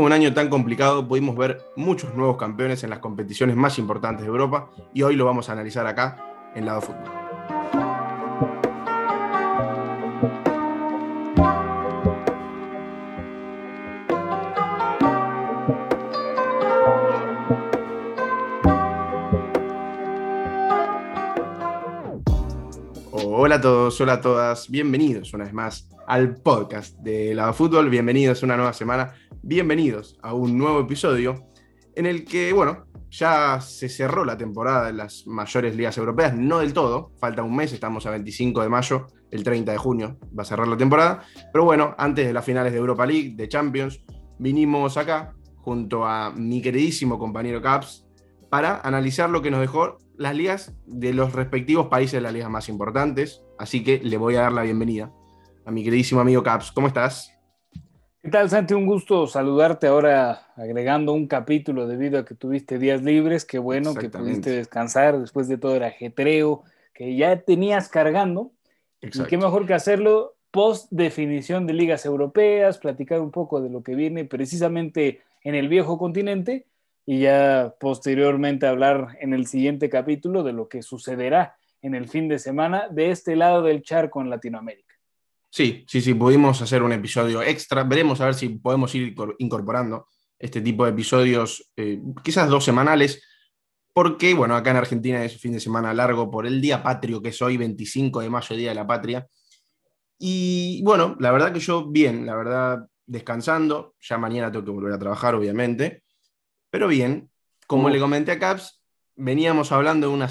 de un año tan complicado pudimos ver muchos nuevos campeones en las competiciones más importantes de Europa y hoy lo vamos a analizar acá en Lado Fútbol. Hola a todos, hola a todas, bienvenidos una vez más al podcast de Lado Fútbol, bienvenidos a una nueva semana, bienvenidos a un nuevo episodio en el que, bueno, ya se cerró la temporada en las mayores ligas europeas, no del todo, falta un mes, estamos a 25 de mayo, el 30 de junio va a cerrar la temporada, pero bueno, antes de las finales de Europa League, de Champions, vinimos acá junto a mi queridísimo compañero Caps para analizar lo que nos dejó las ligas de los respectivos países de las ligas más importantes, así que le voy a dar la bienvenida a mi queridísimo amigo Caps. ¿Cómo estás? ¿Qué tal, Santi? Un gusto saludarte ahora agregando un capítulo debido a que tuviste días libres. Qué bueno que pudiste descansar después de todo el ajetreo que ya tenías cargando. Y qué Exacto. mejor que hacerlo post definición de ligas europeas, platicar un poco de lo que viene precisamente en el viejo continente y ya posteriormente hablar en el siguiente capítulo de lo que sucederá en el fin de semana de este lado del charco en Latinoamérica. Sí, pudimos hacer un episodio extra. Veremos a ver si podemos ir incorporando este tipo de episodios, quizás 2 semanales, porque, bueno, acá en Argentina es fin de semana largo por el Día Patrio, que es hoy, 25 de mayo, Día de la Patria. Y, bueno, la verdad que yo bien, la verdad, descansando. Ya mañana tengo que volver a trabajar, obviamente, pero bien. Como le comenté a Caps, veníamos hablando de una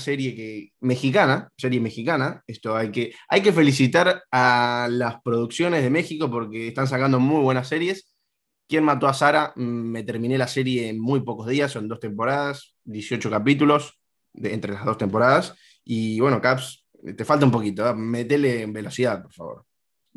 serie mexicana. Esto hay que felicitar a las producciones de México porque están sacando muy buenas series. ¿Quién mató a Sara? Me terminé la serie en muy pocos días, son 2 temporadas, 18 capítulos entre las 2 temporadas. Y bueno, Caps, te falta un poquito, ¿eh? Metele en velocidad, por favor.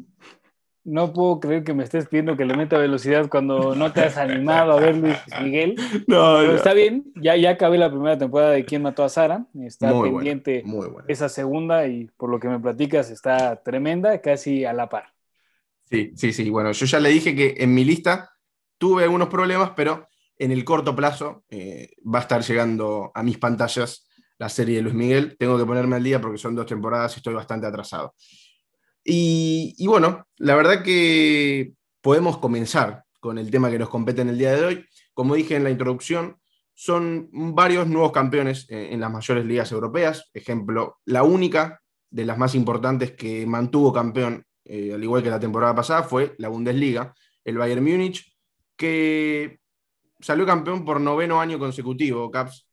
No puedo creer que me estés pidiendo que le meta velocidad cuando no te has animado a ver Luis Miguel, No, pero no. está bien, ya acabé la primera temporada de ¿Quién mató a Sara? Está Muy buena, pendiente muy buena. esa segunda y por lo que me platicas está tremenda, casi a la par. Sí. Bueno, yo ya le dije que en mi lista tuve algunos problemas, pero en el corto plazo va a estar llegando a mis pantallas la serie de Luis Miguel. Tengo que ponerme al día porque son 2 temporadas y estoy bastante atrasado. Y bueno, la verdad que podemos comenzar con el tema que nos compete en el día de hoy. Como dije en la introducción, son varios nuevos campeones en las mayores ligas europeas. Ejemplo, la única de las más importantes que mantuvo campeón, al igual que la temporada pasada, fue la Bundesliga, el Bayern Múnich, que salió campeón por 9º año consecutivo, Caps.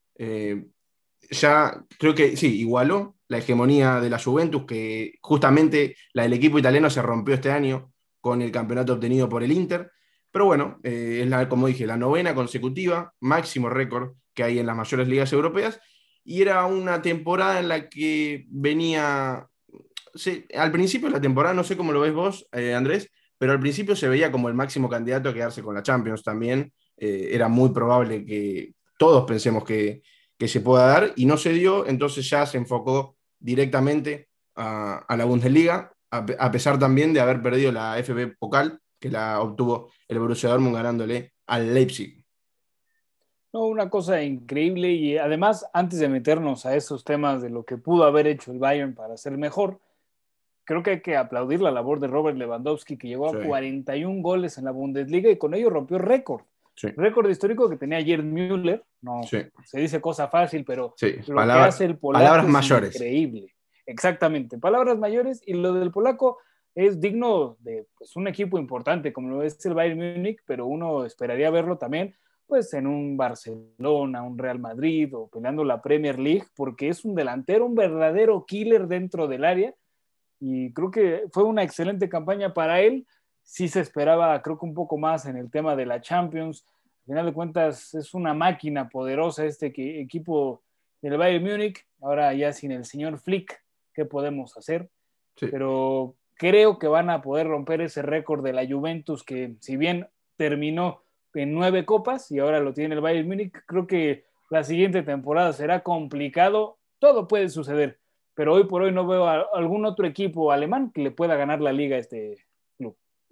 Ya creo que sí, igualó la hegemonía de la Juventus, que justamente la del equipo italiano se rompió este año con el campeonato obtenido por el Inter. Pero bueno, es como dije, la 9ª consecutiva, máximo récord que hay en las mayores ligas europeas. Y era una temporada en la que venía. Sí, al principio de la temporada, no sé cómo lo ves vos, Andrés, pero al principio se veía como el máximo candidato a quedarse con la Champions también. Era muy probable que todos pensemos que se pueda dar y no se dio, entonces ya se enfocó directamente a la Bundesliga, a pesar también de haber perdido la FB Pokal, que la obtuvo el Borussia Dortmund ganándole al Leipzig. No, una cosa increíble y además, antes de meternos a esos temas de lo que pudo haber hecho el Bayern para ser mejor, creo que hay que aplaudir la labor de Robert Lewandowski, que llegó Sí, a 41 goles en la Bundesliga y con ello rompió récord. sí, Récord histórico que tenía Gerd Müller. No sí, se dice cosa fácil, pero sí. lo que hace el Palabras polaco es mayores. increíble. Exactamente, palabras mayores, y lo del polaco es digno de pues, un equipo importante como lo es el Bayern Múnich, pero uno esperaría verlo también pues en un Barcelona, un Real Madrid o peleando la Premier League, porque es un delantero, un verdadero killer dentro del área y creo que fue una excelente campaña para él. Sí se esperaba, creo que un poco más en el tema de la Champions. Al final de cuentas, es una máquina poderosa este equipo del Bayern Múnich. Ahora ya sin el señor Flick, ¿qué podemos hacer? Sí. Pero creo que van a poder romper ese récord de la Juventus, que si bien terminó en 9 copas y ahora lo tiene el Bayern Múnich, creo que la siguiente temporada será complicado. Todo puede suceder, pero hoy por hoy no veo a algún otro equipo alemán que le pueda ganar la liga a este club.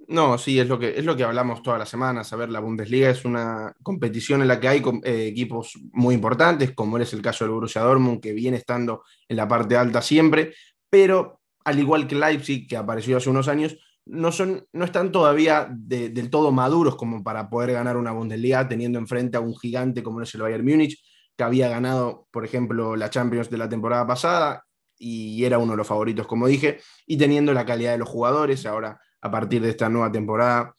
No, sí, es lo que hablamos todas las semanas. A ver, la Bundesliga es una competición en la que hay equipos muy importantes, como es el caso del Borussia Dortmund, que viene estando en la parte alta siempre, pero al igual que Leipzig, que apareció hace unos años, no están todavía del todo maduros como para poder ganar una Bundesliga, teniendo enfrente a un gigante como es el Bayern Múnich, que había ganado, por ejemplo, la Champions de la temporada pasada y era uno de los favoritos, como dije, y teniendo la calidad de los jugadores ahora a partir de esta nueva temporada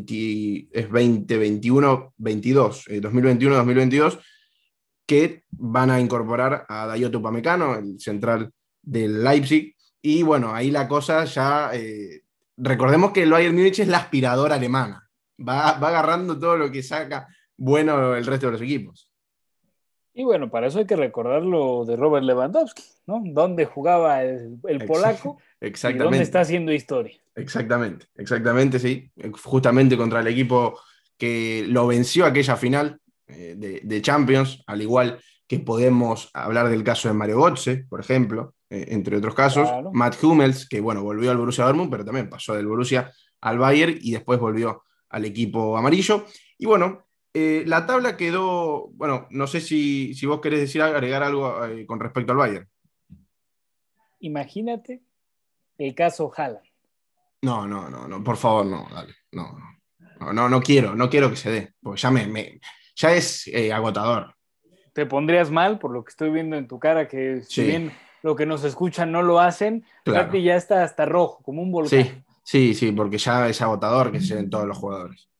2021, 22, 2021-2022, que van a incorporar a Dayot Upamecano, el central del Leipzig. Y bueno, ahí la cosa ya. Recordemos que el Bayern Múnich es la aspiradora alemana. Va agarrando todo lo que saca bueno el resto de los equipos. Y bueno, para eso hay que recordar lo de Robert Lewandowski, ¿no? ¿Dónde jugaba el polaco y dónde está Exactamente. haciendo historia? Exactamente, sí. Justamente contra el equipo que lo venció aquella final de Champions, al igual que podemos hablar del caso de Mario Götze, por ejemplo, entre otros casos. Claro. Matt Hummels, que bueno, volvió al Borussia Dortmund, pero también pasó del Borussia al Bayern y después volvió al equipo amarillo. Y bueno, la tabla quedó, bueno, no sé si vos querés decir, agregar algo con respecto al Bayern. Imagínate el caso Haaland. No, por favor, no, dale, no quiero que se dé, porque ya es agotador. Te pondrías mal por lo que estoy viendo en tu cara, que si Sí, bien lo que nos escuchan no lo hacen, claro. Katy ya está hasta rojo, como un volcán. Sí, porque ya es agotador que se den todos los jugadores.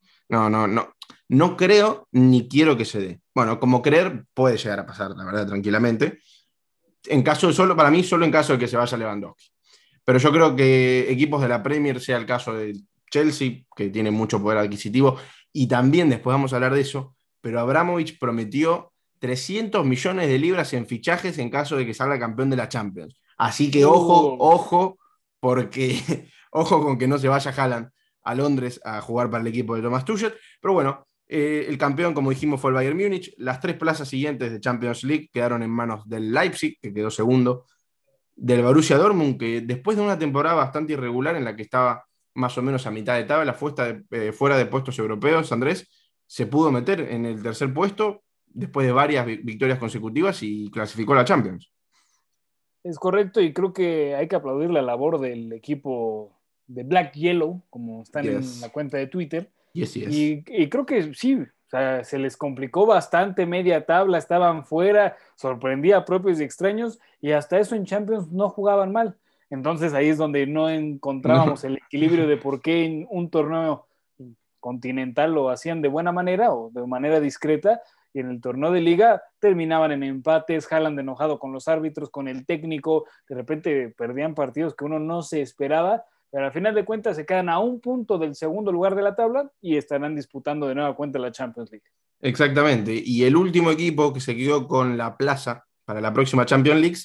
No creo ni quiero que se dé. Bueno, como creer puede llegar a pasar, la verdad, tranquilamente. En caso de solo, para mí, solo en caso de que se vaya Lewandowski. Pero yo creo que equipos de la Premier, sea el caso de Chelsea, que tiene mucho poder adquisitivo, y también después vamos a hablar de eso, pero Abramovich prometió 300 millones de libras en fichajes en caso de que salga campeón de la Champions. Así que ojo, Uh, ojo, porque ojo con que no se vaya Haaland a Londres a jugar para el equipo de Thomas Tuchel. Pero bueno, el campeón, como dijimos, fue el Bayern Múnich. Las tres plazas siguientes de Champions League quedaron en manos del Leipzig, que quedó segundo, del Borussia Dortmund, que después de una temporada bastante irregular en la que estaba más o menos a mitad de tabla, fuera de puestos europeos, Andrés, se pudo meter en el tercer puesto después de varias victorias consecutivas y clasificó a la Champions. es correcto y creo que hay que aplaudir la labor del equipo de Black Yellow, como están en la Yes, cuenta de Twitter. yes, yes. Y creo que sí, o sea, se les complicó bastante media tabla, estaban fuera, sorprendía a propios y extraños, y hasta eso en Champions no jugaban mal. Entonces ahí es donde no No. encontrábamos el equilibrio de por qué en un torneo continental lo hacían de buena manera o de manera discreta, y en el torneo de liga terminaban en empates, Haaland enojado con los árbitros, con el técnico, de repente perdían partidos que uno no se esperaba, pero al final de cuentas se quedan a un punto del segundo lugar de la tabla y estarán disputando de nueva cuenta la Champions League. Exactamente. Y el último equipo que se quedó con la plaza para la próxima Champions League,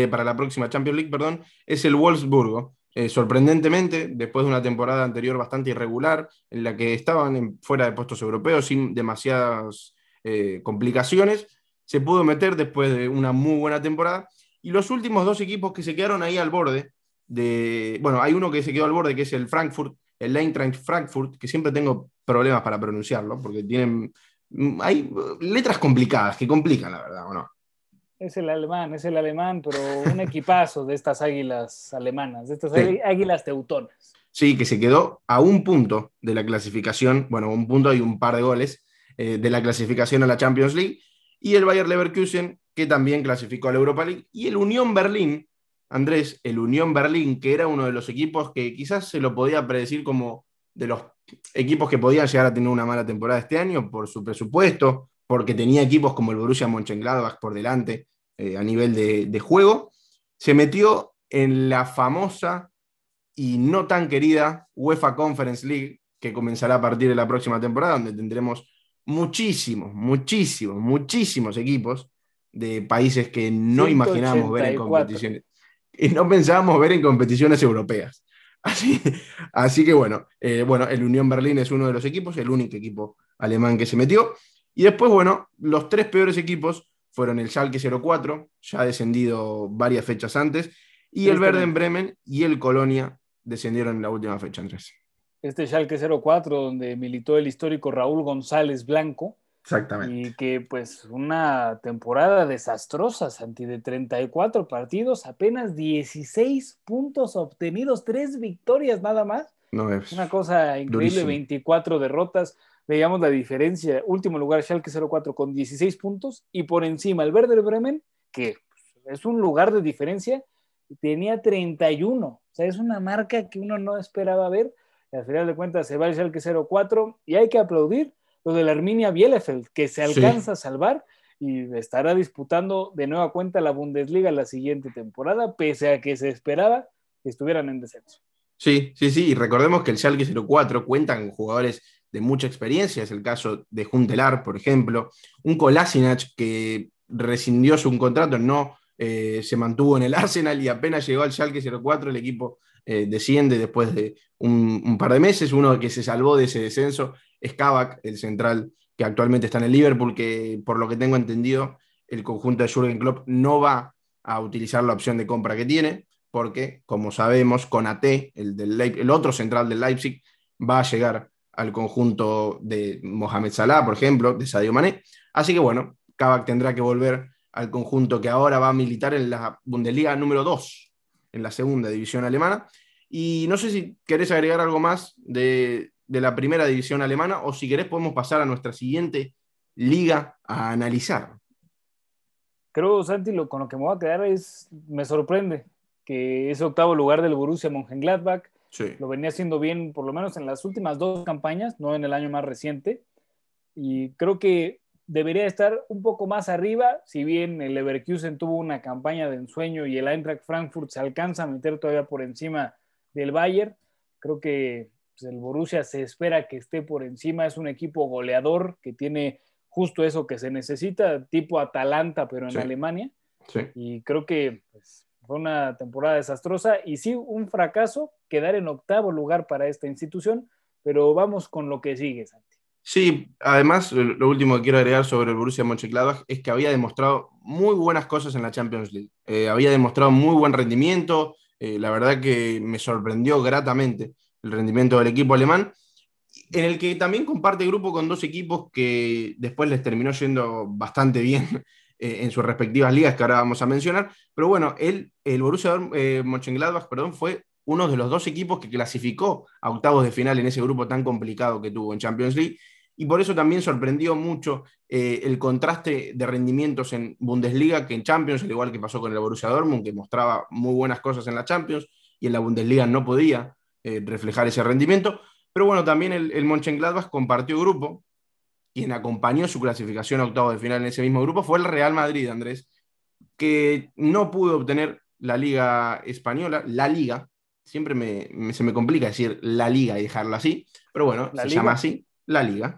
perdón, es el Wolfsburgo. Sorprendentemente, después de una temporada anterior bastante irregular, en la que estaban fuera de puestos europeos sin demasiadas complicaciones, se pudo meter después de una muy buena temporada. Y los últimos dos equipos que se quedaron ahí al borde bueno, hay uno que se quedó al borde, que es el Frankfurt, el Eintracht Frankfurt, que siempre tengo problemas para pronunciarlo, porque hay letras complicadas que complican, la verdad, ¿o no? Es el alemán, pero un equipazo de estas águilas alemanas, de estas Sí, águilas teutonas. sí, que se quedó a un punto de la clasificación, bueno, un punto y un par de goles de la clasificación a la Champions League, y el Bayer Leverkusen, que también clasificó a la Europa League, y el Unión Berlín, Andrés, el Unión Berlín, que era uno de los equipos que quizás se lo podía predecir como de los equipos que podían llegar a tener una mala temporada este año por su presupuesto, porque tenía equipos como el Borussia Mönchengladbach por delante a nivel de juego, se metió en la famosa y no tan querida UEFA Conference League, que comenzará a partir de la próxima temporada, donde tendremos muchísimos equipos de países que no imaginábamos ver en 184. competiciones, y no pensábamos ver en competiciones europeas. Así, así que bueno, el Unión Berlín es uno de los equipos, el único equipo alemán que se metió. Y después, bueno, los tres peores equipos fueron el Schalke 04, ya descendido varias fechas antes, y el Werder Tristemente. Bremen y el Colonia descendieron en la última fecha, Andrés. este Schalke 04, donde militó el histórico Raúl González Blanco, Exactamente. y que pues una temporada desastrosa, Santi, de 34 partidos, apenas 16 puntos obtenidos, 3 victorias nada más. No es Una cosa increíble, durísimo. 24 derrotas. Veíamos la diferencia. Último lugar, Schalke 04 con 16 puntos y por encima el Werder Bremen, que es un lugar de diferencia, tenía 31. O sea, es una marca que uno no esperaba ver. Y al final de cuentas se va el Schalke 04 y hay que aplaudir lo de la Arminia Bielefeld, que se Sí, alcanza a salvar y estará disputando de nueva cuenta la Bundesliga la siguiente temporada, pese a que se esperaba que estuvieran en descenso. sí, sí, sí. Y recordemos que el Schalke 04 cuenta con jugadores de mucha experiencia. Es el caso de Juntelar, por ejemplo. Un Kolasinac que rescindió su contrato, no se mantuvo en el Arsenal y apenas llegó al Schalke 04, el equipo desciende después de un par de meses. Uno que se salvó de ese descenso es Kabak, el central que actualmente está en el Liverpool, que por lo que tengo entendido, el conjunto de Jürgen Klopp no va a utilizar la opción de compra que tiene porque, como sabemos, Konaté, el otro central del Leipzig, va a llegar al conjunto de Mohamed Salah, por ejemplo, de Sadio Mané. Así que bueno, Kabak tendrá que volver al conjunto que ahora va a militar en la Bundesliga número 2, en la segunda división alemana. Y no sé si querés agregar algo más de la primera división alemana o si querés podemos pasar a nuestra siguiente liga a analizar. Creo, Santi, con lo que me voy a quedar me sorprende que ese octavo lugar del Borussia Mönchengladbach Sí, lo venía haciendo bien, por lo menos en las últimas 2 campañas, no en el año más reciente, y creo que debería estar un poco más arriba, si bien el Leverkusen tuvo una campaña de ensueño y el Eintracht Frankfurt se alcanza a meter todavía por encima del Bayern, creo que pues, el Borussia se espera que esté por encima, es un equipo goleador que tiene justo eso que se necesita, tipo Atalanta, pero en sí, Alemania, sí. y creo que pues, fue una temporada desastrosa y sí un fracaso quedar en octavo lugar para esta institución, pero vamos con lo que sigue, Santi. Sí, además, lo último que quiero agregar sobre el Borussia Mönchengladbach es que había demostrado muy buenas cosas en la Champions League. Había demostrado muy buen rendimiento. La verdad que me sorprendió gratamente el rendimiento del equipo alemán, en el que también comparte grupo con dos equipos que después les terminó yendo bastante bien en sus respectivas ligas que ahora vamos a mencionar. Pero bueno, el Borussia Mönchengladbach, perdón, fue uno de los dos equipos que clasificó a octavos de final en ese grupo tan complicado que tuvo en Champions League. Y por eso también sorprendió mucho el contraste de rendimientos en Bundesliga que en Champions, al igual que pasó con el Borussia Dortmund, que mostraba muy buenas cosas en la Champions y en la Bundesliga no podía reflejar ese rendimiento. Pero bueno, también el Mönchengladbach compartió grupo. Quien acompañó su clasificación a octavos de final en ese mismo grupo fue el Real Madrid, Andrés, que no pudo obtener la Liga Española, la Liga. Siempre se me complica decir la Liga y dejarla así, pero bueno, La se llama liga, así, la Liga.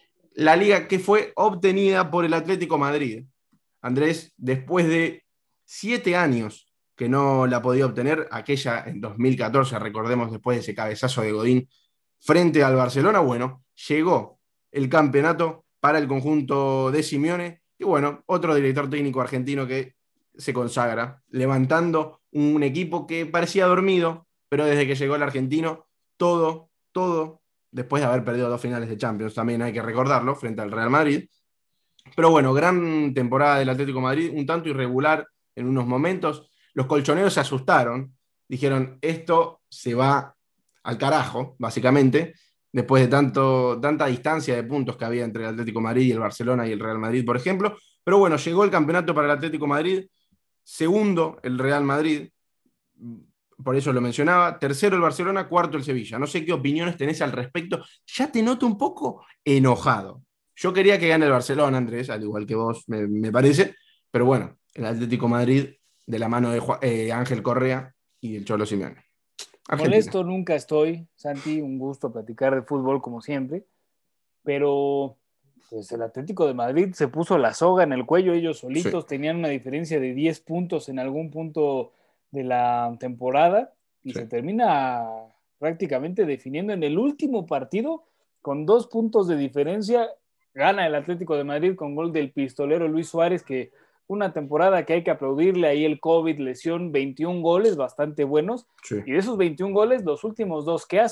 La Liga que fue obtenida por el Atlético Madrid. Andrés, después de 7 años que no la podía obtener, aquella en 2014, recordemos después de ese cabezazo de Godín frente al Barcelona, bueno, llegó el campeonato para el conjunto de Simeone y bueno, otro director técnico argentino que se consagra, levantando un equipo que parecía dormido, pero desde que llegó el argentino, todo, después de haber perdido 2 finales de Champions, también hay que recordarlo, frente al Real Madrid. Pero bueno, gran temporada del Atlético de Madrid, un tanto irregular en unos momentos. Los colchoneros se asustaron, dijeron, esto se va al carajo, básicamente, después de tanta distancia de puntos que había entre el Atlético de Madrid y el Barcelona y el Real Madrid, por ejemplo. Pero bueno, llegó el campeonato para el Atlético de Madrid, segundo el Real Madrid, por eso lo mencionaba, tercero el Barcelona, cuarto el Sevilla. No sé qué opiniones tenés al respecto. Ya te noto un poco enojado. Yo quería que gane el Barcelona, Andrés, al igual que vos, me parece, pero bueno, el Atlético Madrid de la mano de Ángel Correa y el Cholo Simeone. Argentina. molesto nunca estoy, Santi, un gusto platicar de fútbol como siempre, pero pues el Atlético de Madrid se puso la soga en el cuello ellos Sí, solitos, tenían una diferencia de 10 puntos en algún punto de la temporada y sí. se termina prácticamente definiendo en el último partido con 2 puntos de diferencia. Gana el Atlético de Madrid con gol del pistolero Luis Suárez, que una temporada que hay que aplaudirle ahí el COVID, lesión, 21 goles bastante buenos, Sí. y de esos 21 goles, los últimos dos que hace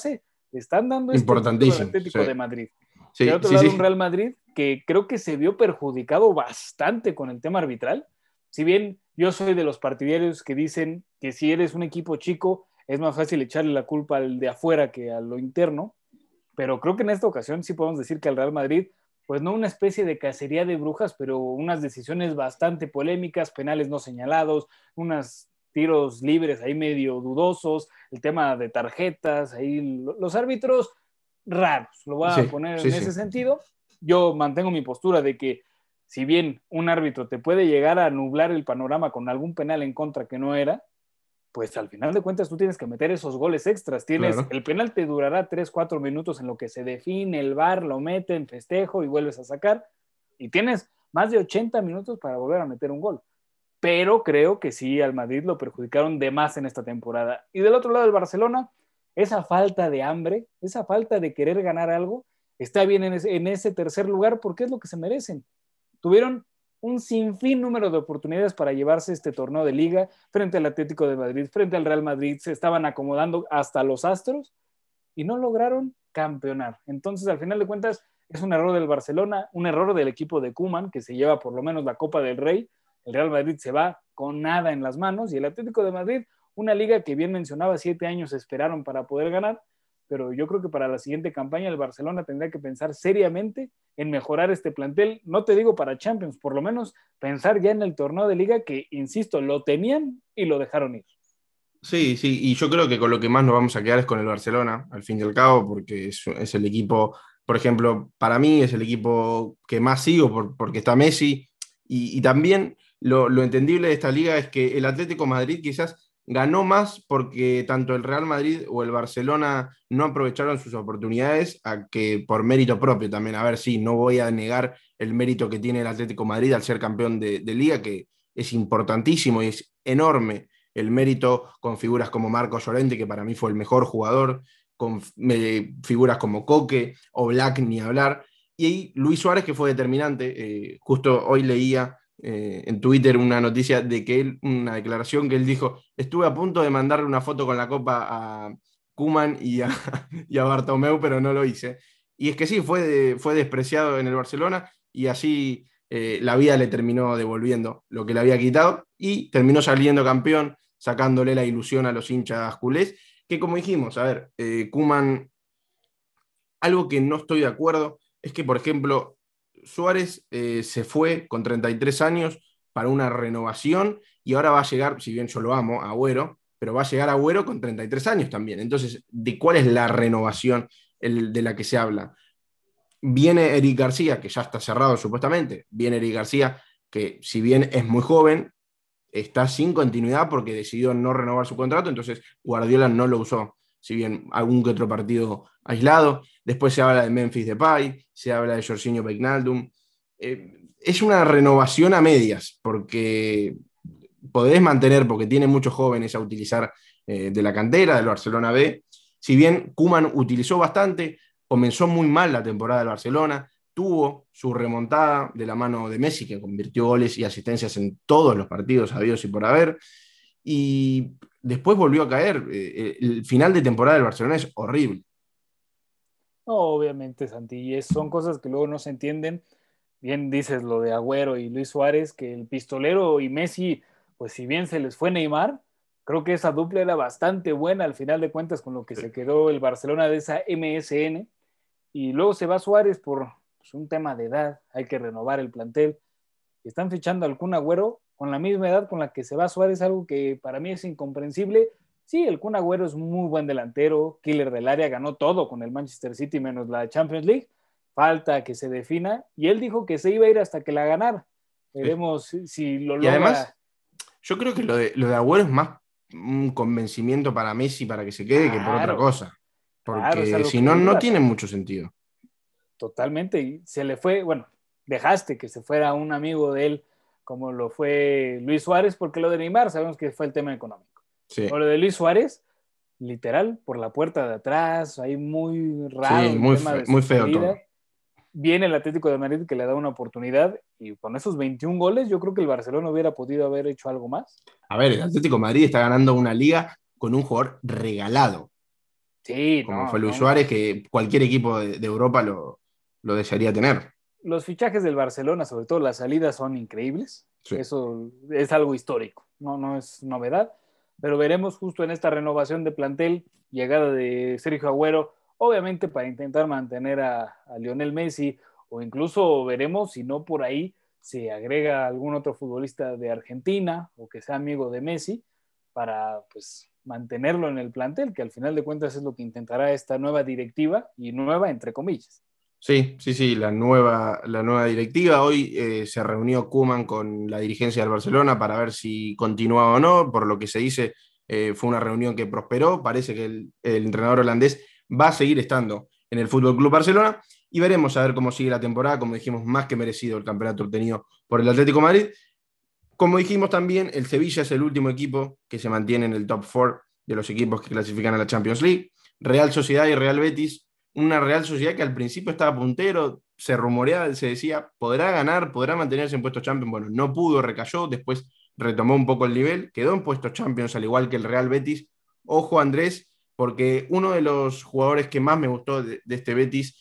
Le están dando este título al Importantísimo. Atlético de Madrid. De Sí, otro sí, lado, sí. un Real Madrid que creo que se vio perjudicado bastante con el tema arbitral. Si bien yo soy de los partidarios que dicen que si eres un equipo chico es más fácil echarle la culpa al de afuera que a lo interno, pero creo que en esta ocasión sí podemos decir que al Real Madrid, pues no una especie de cacería de brujas, pero unas decisiones bastante polémicas, penales no señalados, unos tiros libres ahí medio dudosos, el tema de tarjetas, ahí los árbitros raros, lo voy a Sí, poner sí, en sí. ese sentido. Yo mantengo mi postura de que si bien un árbitro te puede llegar a nublar el panorama con algún penal en contra que no era, pues al final de cuentas tú tienes que meter esos goles extras. Claro. El penal te durará 3, 4 minutos en lo que se define, el VAR lo mete en festejo y vuelves a sacar. Y tienes más de 80 minutos para volver a meter un gol. Pero creo que sí, al Madrid lo perjudicaron de más en esta temporada. Y del otro lado, el Barcelona, esa falta de hambre, esa falta de querer ganar algo, está bien en ese tercer lugar porque es lo que se merecen. Tuvieron un sinfín número de oportunidades para llevarse este torneo de liga frente al Atlético de Madrid, frente al Real Madrid, se estaban acomodando hasta los Astros y no lograron campeonar. Entonces, al final de cuentas, es un error del Barcelona, un error del equipo de Koeman, que se lleva por lo menos la Copa del Rey. El Real Madrid se va con nada en las manos y el Atlético de Madrid, una liga que bien mencionaba, 7 años esperaron para poder ganar, pero yo creo que para la siguiente campaña el Barcelona tendrá que pensar seriamente en mejorar este plantel, no te digo para Champions, por lo menos pensar ya en el torneo de liga que, insisto, lo tenían y lo dejaron ir. Sí, sí, y yo creo que con lo que más nos vamos a quedar es con el Barcelona, al fin y al cabo, porque es el equipo, por ejemplo, para mí es el equipo que más sigo porque está Messi, y también lo entendible de esta liga es que el Atlético Madrid quizás ganó más porque tanto el Real Madrid o el Barcelona no aprovecharon sus oportunidades a que por mérito propio también. A ver, sí, no voy a negar el mérito que tiene el Atlético Madrid al ser campeón de liga, que es importantísimo y es enorme el mérito con figuras como Marco Llorente, que para mí fue el mejor jugador, con figuras como Coque o Black, ni hablar, y Luis Suárez, que fue determinante. Justo hoy leía en Twitter una noticia de que él, una declaración que él dijo, estuve a punto de mandarle una foto con la copa a Koeman y a Bartomeu, pero no lo hice. Y es que sí, fue despreciado en el Barcelona y así la vida le terminó devolviendo lo que le había quitado y terminó saliendo campeón, sacándole la ilusión a los hinchas culés, que como dijimos, a ver, Koeman, algo que no estoy de acuerdo es que, por ejemplo, Suárez se fue con 33 años para una renovación y ahora va a llegar, si bien yo lo amo, a Agüero, pero va a llegar Agüero con 33 años también. Entonces, ¿de cuál es la renovación de la que se habla? Viene Eric García, que ya está cerrado supuestamente, viene Eric García, que si bien es muy joven, está sin continuidad porque decidió no renovar su contrato, entonces Guardiola no lo usó, si bien algún que otro partido aislado. Después se habla de Memphis Depay, se habla de Jorginho Wijnaldum. Es una renovación a medias, porque podés mantener, porque tiene muchos jóvenes a utilizar de la cantera del Barcelona B. Si bien Koeman utilizó bastante, comenzó muy mal la temporada del Barcelona, tuvo su remontada de la mano de Messi, que convirtió goles y asistencias en todos los partidos habidos y por haber, y después volvió a caer. El final de temporada del Barcelona es horrible. No, obviamente, Santi, y son cosas que luego no se entienden. Bien dices lo de Agüero y Luis Suárez, que el pistolero y Messi, pues si bien se les fue Neymar, creo que esa dupla era bastante buena al final de cuentas con lo que se quedó el Barcelona de esa MSN. Y luego se va Suárez por pues, un tema de edad, hay que renovar el plantel. Y están fichando al Kun Agüero con la misma edad con la que se va Suárez, algo que para mí es incomprensible. Sí, el Kun Agüero es muy buen delantero, killer del área, ganó todo con el Manchester City menos la Champions League. Falta que se defina. Y él dijo que se iba a ir hasta que la ganara. Sí. Veremos si lo Y además, logra. yo creo que lo de Agüero es más un convencimiento para Messi para que se quede que por otra Claro, cosa. claro, es a Porque lo si que no, no iba, tiene Santi. mucho sentido. Totalmente. Y se le fue, bueno, dejaste que se fuera un amigo de él como lo fue Luis Suárez, porque lo de Neymar sabemos que fue el tema económico. O Sí, lo de Luis Suárez, literal, por la puerta de atrás, ahí muy sí, raro el tema de su muy feo todo. salida. Viene el Atlético de Madrid que le da una oportunidad y con esos 21 goles yo creo que el Barcelona hubiera podido haber hecho algo más. A ver, el Atlético de Madrid está ganando una liga con un jugador regalado. Sí, como no, fue Luis no. Suárez, que cualquier equipo de Europa lo desearía tener. Los fichajes del Barcelona, sobre todo las salidas, son increíbles. Sí. Eso es algo histórico, no es novedad. Pero veremos justo en esta renovación de plantel, llegada de Sergio Agüero, obviamente para intentar mantener a Lionel Messi, o incluso veremos si no por ahí se agrega algún otro futbolista de Argentina o que sea amigo de Messi para pues mantenerlo en el plantel, que al final de cuentas es lo que intentará esta nueva directiva y nueva entre comillas. Sí, sí, sí, la nueva directiva. Hoy se reunió Koeman con la dirigencia del Barcelona para ver si continuaba o no. Por lo que se dice, fue una reunión que prosperó. Parece que el entrenador holandés va a seguir estando en el Fútbol Club Barcelona y veremos a ver cómo sigue la temporada. Como dijimos, más que merecido el campeonato obtenido por el Atlético de Madrid. Como dijimos también, el Sevilla es el último equipo que se mantiene en el top 4 de los equipos que clasifican a la Champions League. Real Sociedad y Real Betis, una Real Sociedad que al principio estaba puntero, se rumoreaba, se decía, podrá ganar, podrá mantenerse en puestos Champions. Bueno, no pudo, recayó, después retomó un poco el nivel, quedó en puestos Champions al igual que el Real Betis. Ojo, Andrés, porque uno de los jugadores que más me gustó de este Betis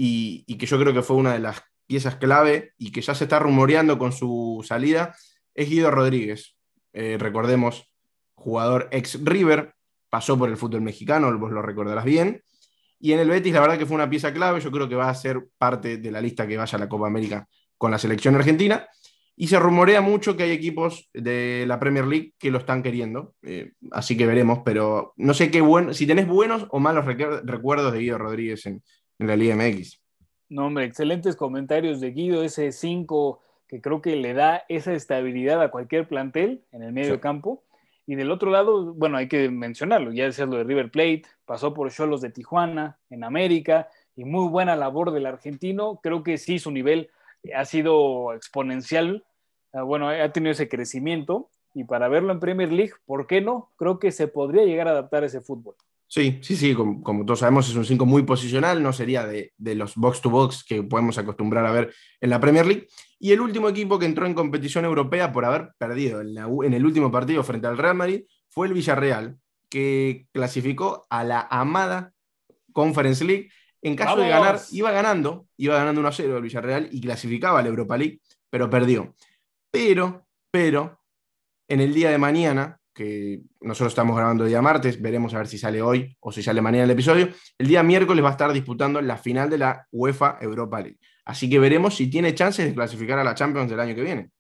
y que yo creo que fue una de las piezas clave y que ya se está rumoreando con su salida es Guido Rodríguez. Recordemos, jugador ex River, pasó por el fútbol mexicano, vos lo recordarás bien. Y en el Betis, la verdad que fue una pieza clave. Yo creo que va a ser parte de la lista que vaya a la Copa América con la selección argentina. Y se rumorea mucho que hay equipos de la Premier League que lo están queriendo. Así que veremos. Pero no sé si tenés buenos o malos recuerdos de Guido Rodríguez en la Liga MX. No, hombre, excelentes comentarios de Guido, ese 5 que creo que le da esa estabilidad a cualquier plantel en el medio Sí. de campo. Y del otro lado, bueno, hay que mencionarlo, ya decías lo de River Plate, pasó por Xolos de Tijuana, en América, y muy buena labor del argentino. Creo que sí, su nivel ha sido exponencial. Bueno, ha tenido ese crecimiento. Y para verlo en Premier League, ¿por qué no? Creo que se podría llegar a adaptar a ese fútbol. Sí, sí, sí, como todos sabemos es un 5 muy posicional, no sería de los box-to-box que podemos acostumbrar a ver en la Premier League. Y el último equipo que entró en competición europea por haber perdido en el último partido frente al Real Madrid fue el Villarreal, que clasificó a la amada Conference League. En caso de ganar, ¡Vamos! iba ganando 1-0 el Villarreal y clasificaba a la Europa League, pero perdió. Pero en el día de mañana, que nosotros estamos grabando el día martes, veremos a ver si sale hoy o si sale mañana el episodio, el día miércoles va a estar disputando la final de la UEFA Europa League. Así que veremos si tiene chances de clasificar a la Champions del año que viene.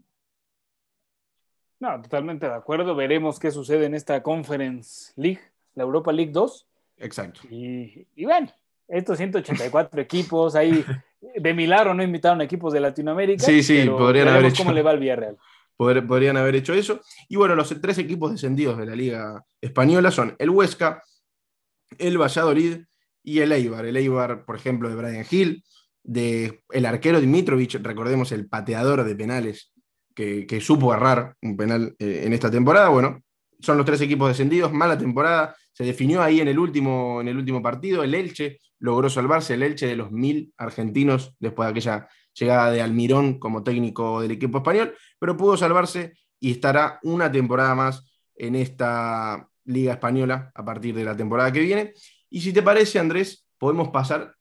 No, totalmente de acuerdo. Veremos qué sucede en esta Conference League, la Europa League 2. Exacto. Y bueno, estos 184 equipos, ahí de milagro no invitaron equipos de Latinoamérica, Sí, sí, pero podrían haber veremos hecho, cómo le va al Villarreal. podrían haber hecho eso. Y bueno, los tres equipos descendidos de la Liga Española son el Huesca, el Valladolid y el Eibar. El Eibar, por ejemplo, de Brian Hill, de el arquero Dimitrovic, recordemos el pateador de penales que supo errar un penal en esta temporada. Bueno, son los tres equipos descendidos, mala temporada, se definió ahí en el último partido, el Elche logró salvarse, el Elche de los 1000 argentinos después de aquella llegada de Almirón como técnico del equipo español, pero pudo salvarse y estará una temporada más en esta Liga Española a partir de la temporada que viene. Y si te parece, Andrés, podemos pasar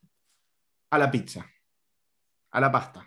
a la pizza, a la pasta.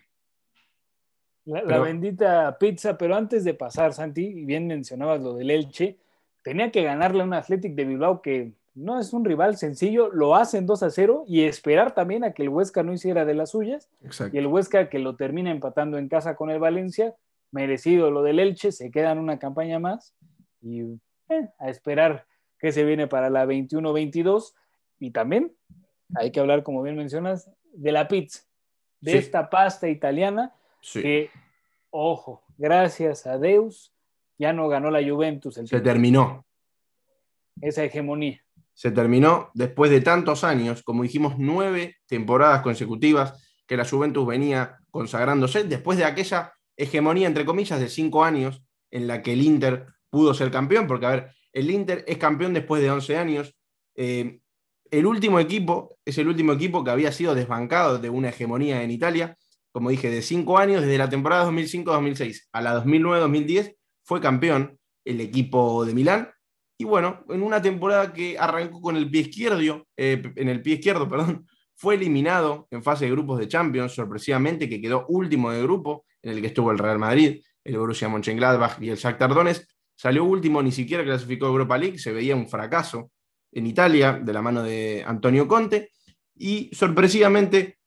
La Pero bendita pizza, pero antes de pasar, Santi, y bien mencionabas lo del Elche, tenía que ganarle a un Athletic de Bilbao que no es un rival sencillo, lo hacen 2-0 y esperar también a que el Huesca no hiciera de las suyas, y el exacto. Huesca que lo termina empatando en casa con el Valencia, merecido lo del Elche, se queda en una campaña más y a esperar qué se viene para la 21-22 y también hay que hablar, como bien mencionas, de la pizza, de Sí, esta pasta italiana sí. que, ojo, gracias a Deus, ya no ganó la Juventus el Se título, terminó. esa hegemonía. Se terminó después de tantos años, como dijimos, 9 temporadas consecutivas que la Juventus venía consagrándose, después de aquella hegemonía, entre comillas, de 5 años en la que el Inter pudo ser campeón, porque, a ver, el Inter es campeón después de 11 años. Eh, el último equipo es el último equipo que había sido desbancado de una hegemonía en Italia, como dije, de 5 años, desde la temporada 2005-2006 a la 2009-2010, fue campeón el equipo de Milán. Y bueno, en una temporada que arrancó con el pie izquierdo, en el pie izquierdo, perdón, fue eliminado en fase de grupos de Champions, sorpresivamente, que quedó último de grupo, en el que estuvo el Real Madrid, el Borussia Mönchengladbach y el Shakhtar Donetsk. Salió último, ni siquiera clasificó a Europa League, se veía un fracaso en Italia, de la mano de Antonio Conte, y sorpresivamente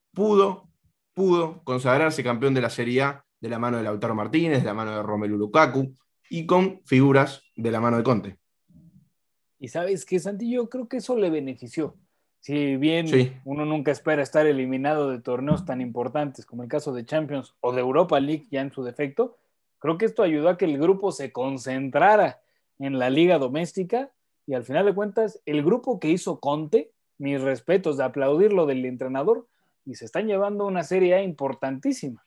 pudo consagrarse campeón de la Serie A de la mano de Lautaro Martínez, de la mano de Romelu Lukaku, y con figuras de la mano de Conte. Y sabes que Santi, yo creo que eso le benefició. Si bien Sí, uno nunca espera estar eliminado de torneos tan importantes como el caso de Champions o de Europa League ya en su defecto, creo que esto ayudó a que el grupo se concentrara en la liga doméstica y al final de cuentas el grupo que hizo Conte, mis respetos de aplaudirlo del entrenador, y se están llevando una Serie A importantísima.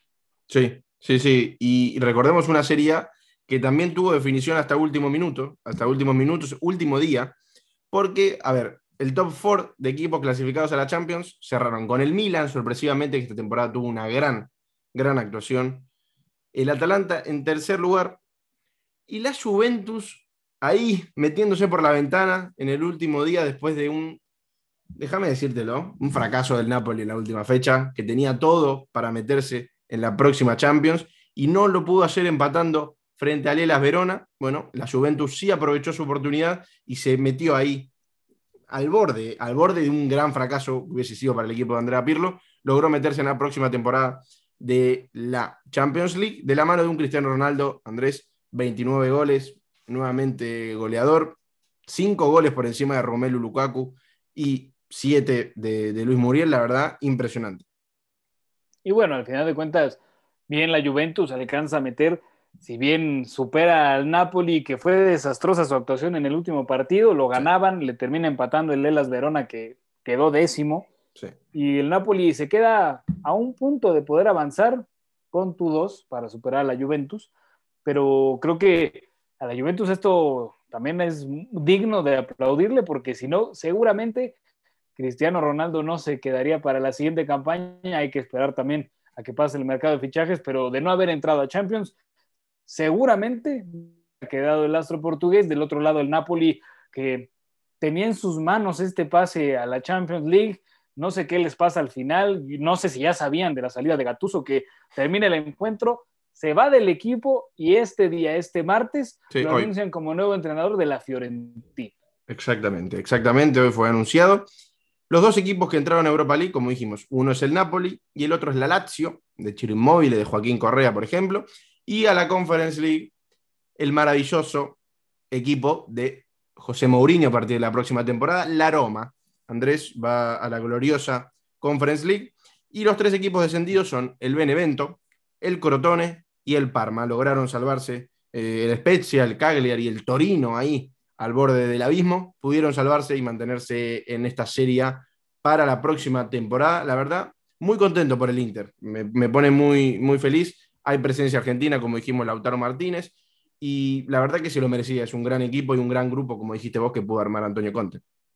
sí. Y recordemos una Serie A que también tuvo definición hasta últimos minutos, último día, porque, a ver, el top 4 de equipos clasificados a la Champions cerraron con el Milan, sorpresivamente, que esta temporada tuvo una gran actuación. El Atalanta en tercer lugar y la Juventus ahí metiéndose por la ventana en el último día después de déjame decírtelo, un fracaso del Napoli en la última fecha, que tenía todo para meterse en la próxima Champions y no lo pudo hacer empatando frente a Hellas Verona. Bueno, la Juventus sí aprovechó su oportunidad y se metió ahí al borde de un gran fracaso, hubiese sido para el equipo de Andrea Pirlo, logró meterse en la próxima temporada de la Champions League, de la mano de un Cristiano Ronaldo, Andrés, 29 goles, nuevamente goleador, 5 goles por encima de Romelu Lukaku y 7 de Luis Muriel, la verdad, impresionante. Y bueno, al final de cuentas, bien la Juventus alcanza a meter, si bien supera al Napoli, que fue desastrosa su actuación en el último partido, lo Sí, ganaban, le termina empatando el Hellas Verona, que quedó décimo, sí. y el Napoli se queda a un punto de poder avanzar con tu para superar a la Juventus, pero creo que a la Juventus esto también es digno de aplaudirle, porque si no, seguramente Cristiano Ronaldo no se quedaría para la siguiente campaña. Hay que esperar también a que pase el mercado de fichajes, pero de no haber entrado a Champions, seguramente ha quedado el astro portugués. Del otro lado, el Napoli, que tenía en sus manos este pase a la Champions League. No sé qué les pasa al final. No sé si ya sabían de la salida de Gattuso, que termina el encuentro, se va del equipo y este martes, Sí, lo hoy. anuncian como nuevo entrenador de la Fiorentina. Exactamente, hoy fue anunciado. Los dos equipos que entraron a Europa League, como dijimos, uno es el Napoli y el otro es la Lazio, de Ciro Immobile, de Joaquín Correa, por ejemplo, y a la Conference League, el maravilloso equipo de José Mourinho a partir de la próxima temporada, la Roma. Andrés va a la gloriosa Conference League y los tres equipos descendidos son el Benevento, el Crotone y el Parma. Lograron salvarse el Spezia, el Cagliari y el Torino ahí al borde del abismo, pudieron salvarse y mantenerse en esta serie para la próxima temporada. La verdad, muy contento por el Inter, me pone muy feliz. Hay presencia argentina, como dijimos, Lautaro Martínez, y la verdad que se lo merecía. Es un gran equipo y un gran grupo, como dijiste vos, que pudo armar Antonio Conte.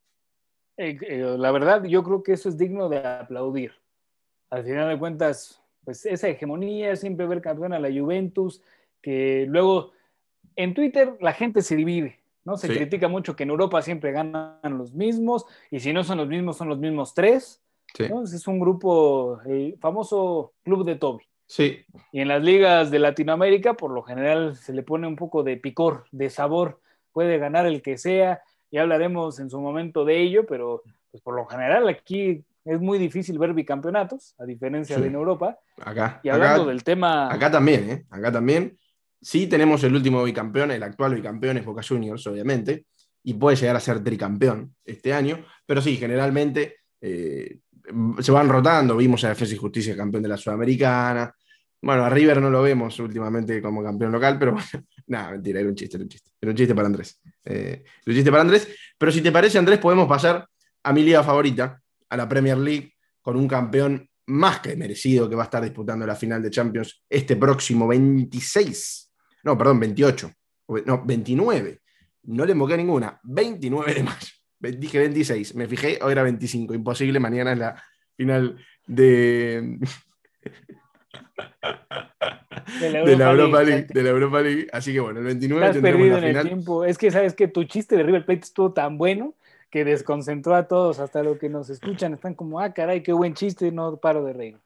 La verdad, yo creo que eso es digno de aplaudir. Al final de cuentas, pues esa hegemonía, siempre ver campeón a la Juventus, que luego en Twitter la gente se divide, ¿no? Se Sí, critica mucho que en Europa siempre ganan los mismos, y si no son los mismos tres, sí, ¿no? Es un grupo, el famoso Club de Toby. sí, Y en las ligas de Latinoamérica, por lo general, se le pone un poco de picor, de sabor. Puede ganar el que sea, ya hablaremos en su momento de ello, pero pues por lo general aquí es muy difícil ver bicampeonatos, a diferencia de sí. en Europa. Acá, Y hablando acá, del tema, acá también, ¿eh? Acá también. Sí tenemos el último bicampeón, el actual bicampeón es Boca Juniors, obviamente, y puede llegar a ser tricampeón este año, pero sí, generalmente se van rotando. Vimos a Defensa y Justicia campeón de la Sudamericana. Bueno, a River no lo vemos últimamente como campeón local, pero bueno, nada, mentira, era un chiste para Andrés. Era un chiste para Andrés, pero si te parece, Andrés, podemos pasar a mi liga favorita, a la Premier League, con un campeón más que merecido que va a estar disputando la final de Champions este próximo 26, no, perdón, 28, no, 29, no le invoqué ninguna, 29 de mayo, dije 26, me fijé, hoy era 25, imposible, mañana es la final de, De la De la Europa League, Europa League, exacto. de la Europa League. Así que bueno, el 29 Estás tendremos perdido la en el final. tiempo. Es que sabes que tu chiste de River Plate estuvo tan bueno que desconcentró a todos, hasta los que nos escuchan. Están como, ah, caray, qué buen chiste, no paro de reír.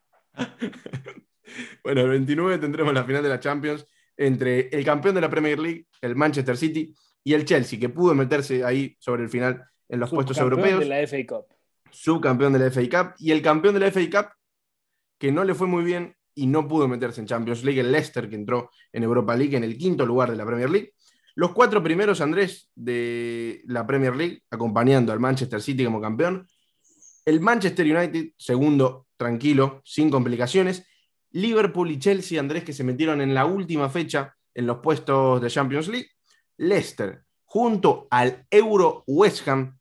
Bueno, el 29 tendremos la final de la Champions entre el campeón de la Premier League, el Manchester City, y el Chelsea, que pudo meterse ahí sobre el final en los puestos Subcampeón de europeos, la FA Cup. subcampeón de la FA Cup, y el campeón de la FA Cup, que no le fue muy bien y no pudo meterse en Champions League, el Leicester, que entró en Europa League en el quinto lugar de la Premier League. Los cuatro primeros, Andrés, de la Premier League, acompañando al Manchester City como campeón. El Manchester United, segundo, tranquilo, sin complicaciones. Liverpool y Chelsea, Andrés, que se metieron en la última fecha en los puestos de Champions League. Leicester, junto al Euro West Ham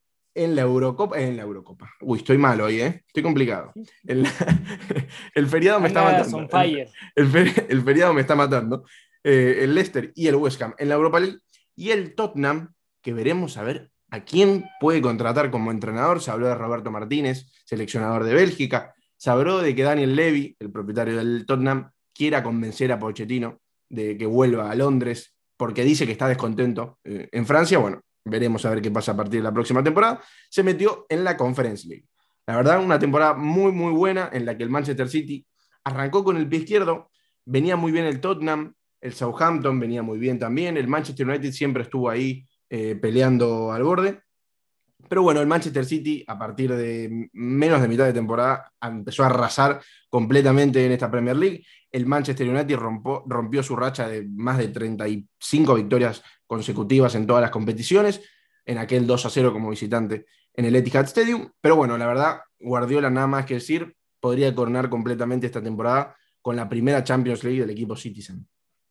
en la Eurocopa. Uy, estoy mal hoy, ¿eh? Estoy complicado. El, el feriado me está Andas matando. on fire. El feriado me está matando. El Leicester y el West Ham en la Europa League. Y el Tottenham, que veremos a ver a quién puede contratar como entrenador. Se habló de Roberto Martínez, seleccionador de Bélgica. Se habló de que Daniel Levy, el propietario del Tottenham, quiera convencer a Pochettino de que vuelva a Londres porque dice que está descontento en Francia. Bueno, veremos a ver qué pasa a partir de la próxima temporada. Se metió en la Conference League. La verdad, una temporada muy, muy buena en la que el Manchester City arrancó con el pie izquierdo, venía muy bien el Tottenham, el Southampton venía muy bien también, el Manchester United siempre estuvo ahí peleando al borde. Pero bueno, el Manchester City, a partir de menos de mitad de temporada, empezó a arrasar completamente en esta Premier League. El Manchester United rompió su racha de más de 35 victorias consecutivas en todas las competiciones, en aquel 2-0 como visitante en el Etihad Stadium. Pero bueno, la verdad, Guardiola nada más que decir, podría coronar completamente esta temporada con la primera Champions League del equipo Citizen.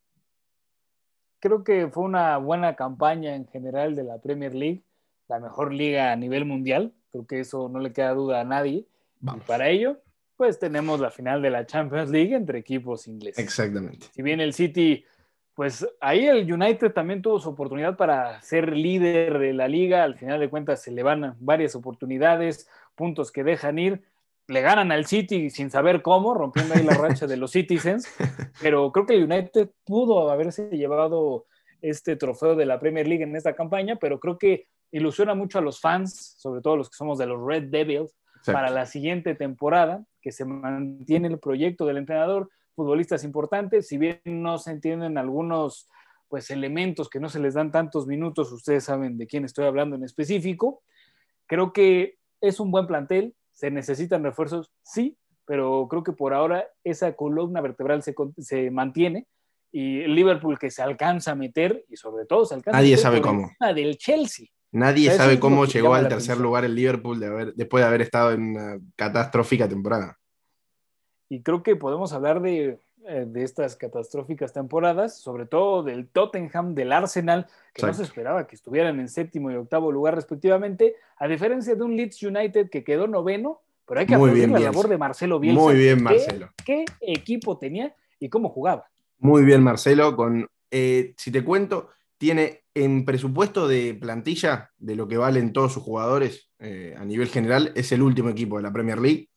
Creo que fue una buena campaña en general de la Premier League, la mejor liga a nivel mundial. Creo que eso no le queda duda a nadie. Y Vamos. para ello, pues tenemos la final de la Champions League entre equipos ingleses. Exactamente. Si bien el City, pues ahí el United también tuvo su oportunidad para ser líder de la liga. Al final de cuentas se le van varias oportunidades, puntos que dejan ir. Le ganan al City sin saber cómo, rompiendo ahí la racha de los Citizens, pero creo que el United pudo haberse llevado este trofeo de la Premier League en esta campaña, pero creo que ilusiona mucho a los fans, sobre todo los que somos de los Red Devils, para Exacto. la siguiente temporada, que se mantiene el proyecto del entrenador, futbolistas importantes, si bien no se entienden algunos pues elementos que no se les dan tantos minutos, ustedes saben de quién estoy hablando en específico. Creo que es un buen plantel, se necesitan refuerzos, sí, pero creo que por ahora esa columna vertebral se mantiene y el Liverpool que se alcanza a meter y sobre todo se alcanza a Nadie meter sabe por cómo. encima del Chelsea. O Nadie sea, eso sabe es lo cómo que llegó llama al la tercer atención. lugar el Liverpool después de haber estado en una catastrófica temporada. Y creo que podemos hablar de estas catastróficas temporadas, sobre todo del Tottenham, del Arsenal, que no se Exacto. esperaba que estuvieran en séptimo y octavo lugar respectivamente, a diferencia de un Leeds United que quedó noveno, pero hay que Muy aplaudir bien, la Bielsa. labor de Marcelo Muy Bielsa, bien, que Marcelo. qué equipo tenía y cómo jugaba. Muy bien, Marcelo. Si te cuento, tiene en presupuesto de plantilla de lo que valen todos sus jugadores a nivel general, es el último equipo de la Premier League.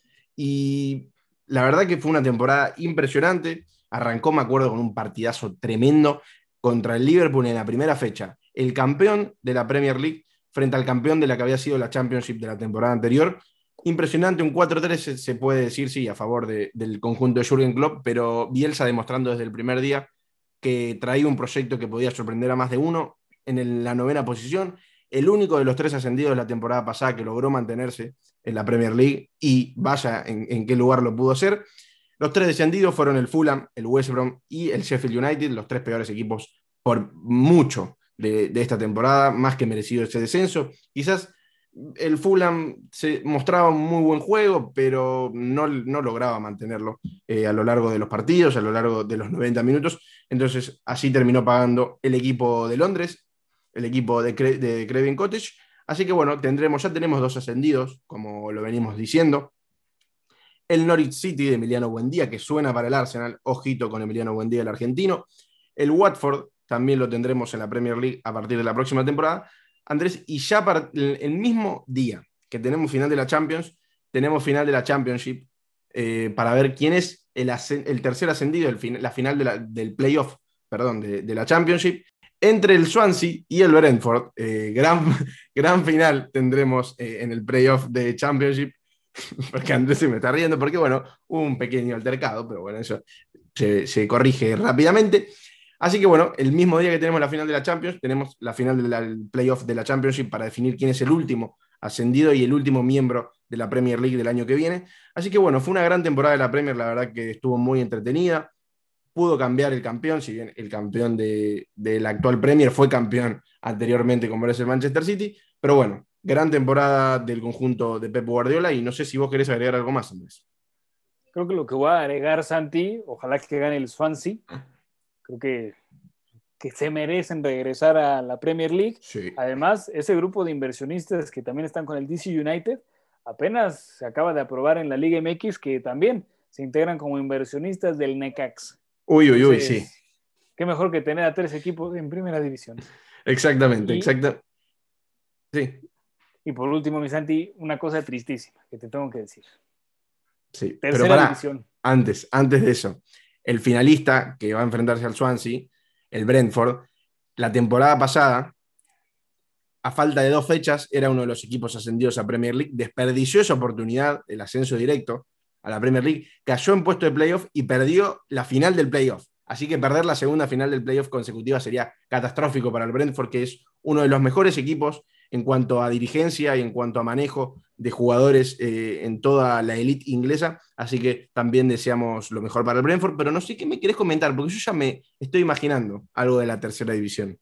Y la verdad que fue una temporada impresionante. Arrancó, me acuerdo, con un partidazo tremendo contra el Liverpool en la primera fecha. El campeón de la Premier League frente al campeón de la que había sido la Championship de la temporada anterior. Impresionante, un 4-3 se puede decir, sí, a favor del conjunto de Jürgen Klopp, pero Bielsa demostrando desde el primer día que traía un proyecto que podía sorprender a más de uno en la novena posición, el único de los tres ascendidos de la temporada pasada que logró mantenerse en la Premier League y vaya en qué lugar lo pudo hacer. Los tres descendidos fueron el Fulham, el West Brom y el Sheffield United, los tres peores equipos por mucho de esta temporada, más que merecido ese descenso. Quizás el Fulham se mostraba un muy buen juego, pero no lograba mantenerlo a lo largo de los partidos, a lo largo de los 90 minutos. Entonces, así terminó pagando el equipo de Londres, el equipo de Craven Cottage. Así que bueno, ya tenemos dos ascendidos, como lo venimos diciendo. El Norwich City de Emiliano Buendía, que suena para el Arsenal, ojito con Emiliano Buendía, el argentino. El Watford también lo tendremos en la Premier League a partir de la próxima temporada. Andrés, y ya para el mismo día que tenemos final de la Champions, tenemos final de la Championship para ver quién es el tercer ascendido, la final del playoff, perdón, de la Championship, entre el Swansea y el Brentford. Gran final tendremos en el playoff de Championship, porque Andrés se me está riendo, porque bueno, hubo un pequeño altercado, pero bueno, eso se corrige rápidamente. Así que bueno, el mismo día que tenemos la final de la Champions, tenemos la final del playoff de la Championship para definir quién es el último ascendido y el último miembro de la Premier League del año que viene. Así que bueno, fue una gran temporada de la Premier, la verdad que estuvo muy entretenida. Pudo cambiar el campeón, si bien el campeón del actual Premier fue campeón anteriormente como es el Manchester City, pero bueno, gran temporada del conjunto de Pep Guardiola y no sé si vos querés agregar algo más, Andrés. Creo que lo que voy a agregar, Santi, ojalá que gane el Swansea. Creo que se merecen regresar a la Premier League. Sí. Además, ese grupo de inversionistas que también están con el DC United, apenas se acaba de aprobar en la Liga MX que también se integran como inversionistas del Necax. Uy, Entonces, sí. Qué mejor que tener a 3 equipos en primera división. Exactamente, exacto. Sí. Y por último, mi Santi, una cosa tristísima que te tengo que decir. Sí, Tercera pero pará, división. antes de eso, el finalista que va a enfrentarse al Swansea, el Brentford, la temporada pasada, a falta de 2 fechas, era uno de los equipos ascendidos a Premier League, desperdició esa oportunidad, el ascenso directo a la Premier League, cayó en puesto de playoff y perdió la final del playoff. Así que perder la segunda final del playoff consecutiva sería catastrófico para el Brentford, que es uno de los mejores equipos en cuanto a dirigencia y en cuanto a manejo de jugadores en toda la elite inglesa. Así que también deseamos lo mejor para el Brentford, pero no sé qué me querés comentar, porque yo ya me estoy imaginando algo de la tercera división.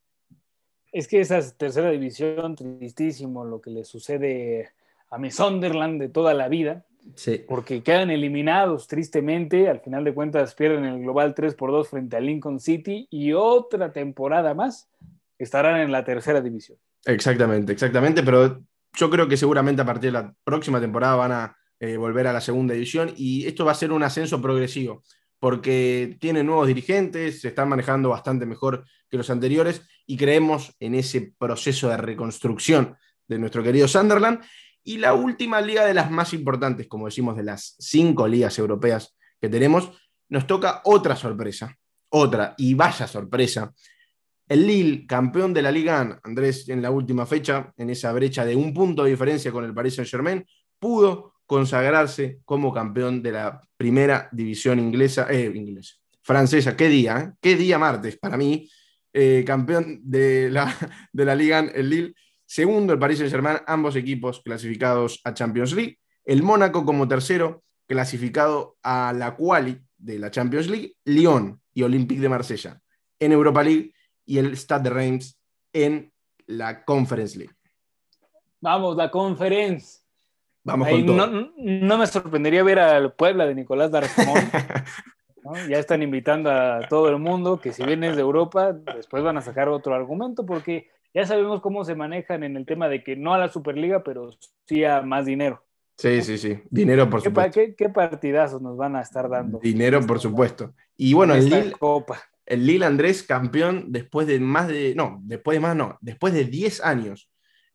Es que esa tercera división, tristísimo lo que le sucede a mi Sunderland de toda la vida, sí, porque quedan eliminados tristemente, al final de cuentas pierden el global 3-2 frente a Lincoln City y otra temporada más estarán en la tercera división. exactamente, pero yo creo que seguramente a partir de la próxima temporada van a volver a la segunda división y esto va a ser un ascenso progresivo, porque tienen nuevos dirigentes, se están manejando bastante mejor que los anteriores y creemos en ese proceso de reconstrucción de nuestro querido Sunderland. Y la última liga de las más importantes, como decimos, de las 5 ligas europeas que tenemos, nos toca otra sorpresa, otra, y vaya sorpresa. El Lille, campeón de la Liga 1, Andrés, en la última fecha, en esa brecha de 1 punto de diferencia con el Paris Saint-Germain, pudo consagrarse como campeón de la primera división francesa. Qué día, ¿eh? Qué día martes para mí. Campeón de la Liga 1, el Lille. Segundo, el Paris Saint-Germain, ambos equipos clasificados a Champions League. El Mónaco como tercero, clasificado a la quali de la Champions League. Lyon y Olympique de Marsella en Europa League y el Stade de Reims en la Conference League. Vamos, la Conference. Vamos Ahí con todo. no me sorprendería ver al Puebla de Nicolás Darcamón. ¿No? Ya están invitando a todo el mundo que si vienes de Europa, después van a sacar otro argumento porque ya sabemos cómo se manejan en el tema de que no a la Superliga, pero sí a más dinero. Sí, ¿No? sí. Dinero, por supuesto. ¿Qué partidazos nos van a estar dando? Dinero, por supuesto. Y bueno, en esta Copa. El Lille, Andrés, campeón después de después de 10 años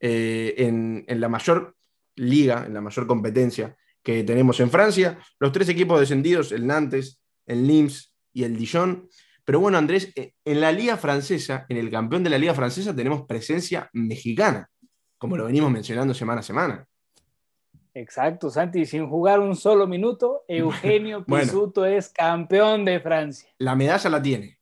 en la mayor liga, en la mayor competencia que tenemos en Francia. Los 3 equipos descendidos, el Nantes, el Nimes y el Dijon. Pero bueno, Andrés, en la liga francesa, en el campeón de la liga francesa, tenemos presencia mexicana, como lo venimos mencionando semana a semana. Exacto, Santi, sin jugar un solo minuto, Eugenio Pisuto bueno, es campeón de Francia. La medalla la tiene.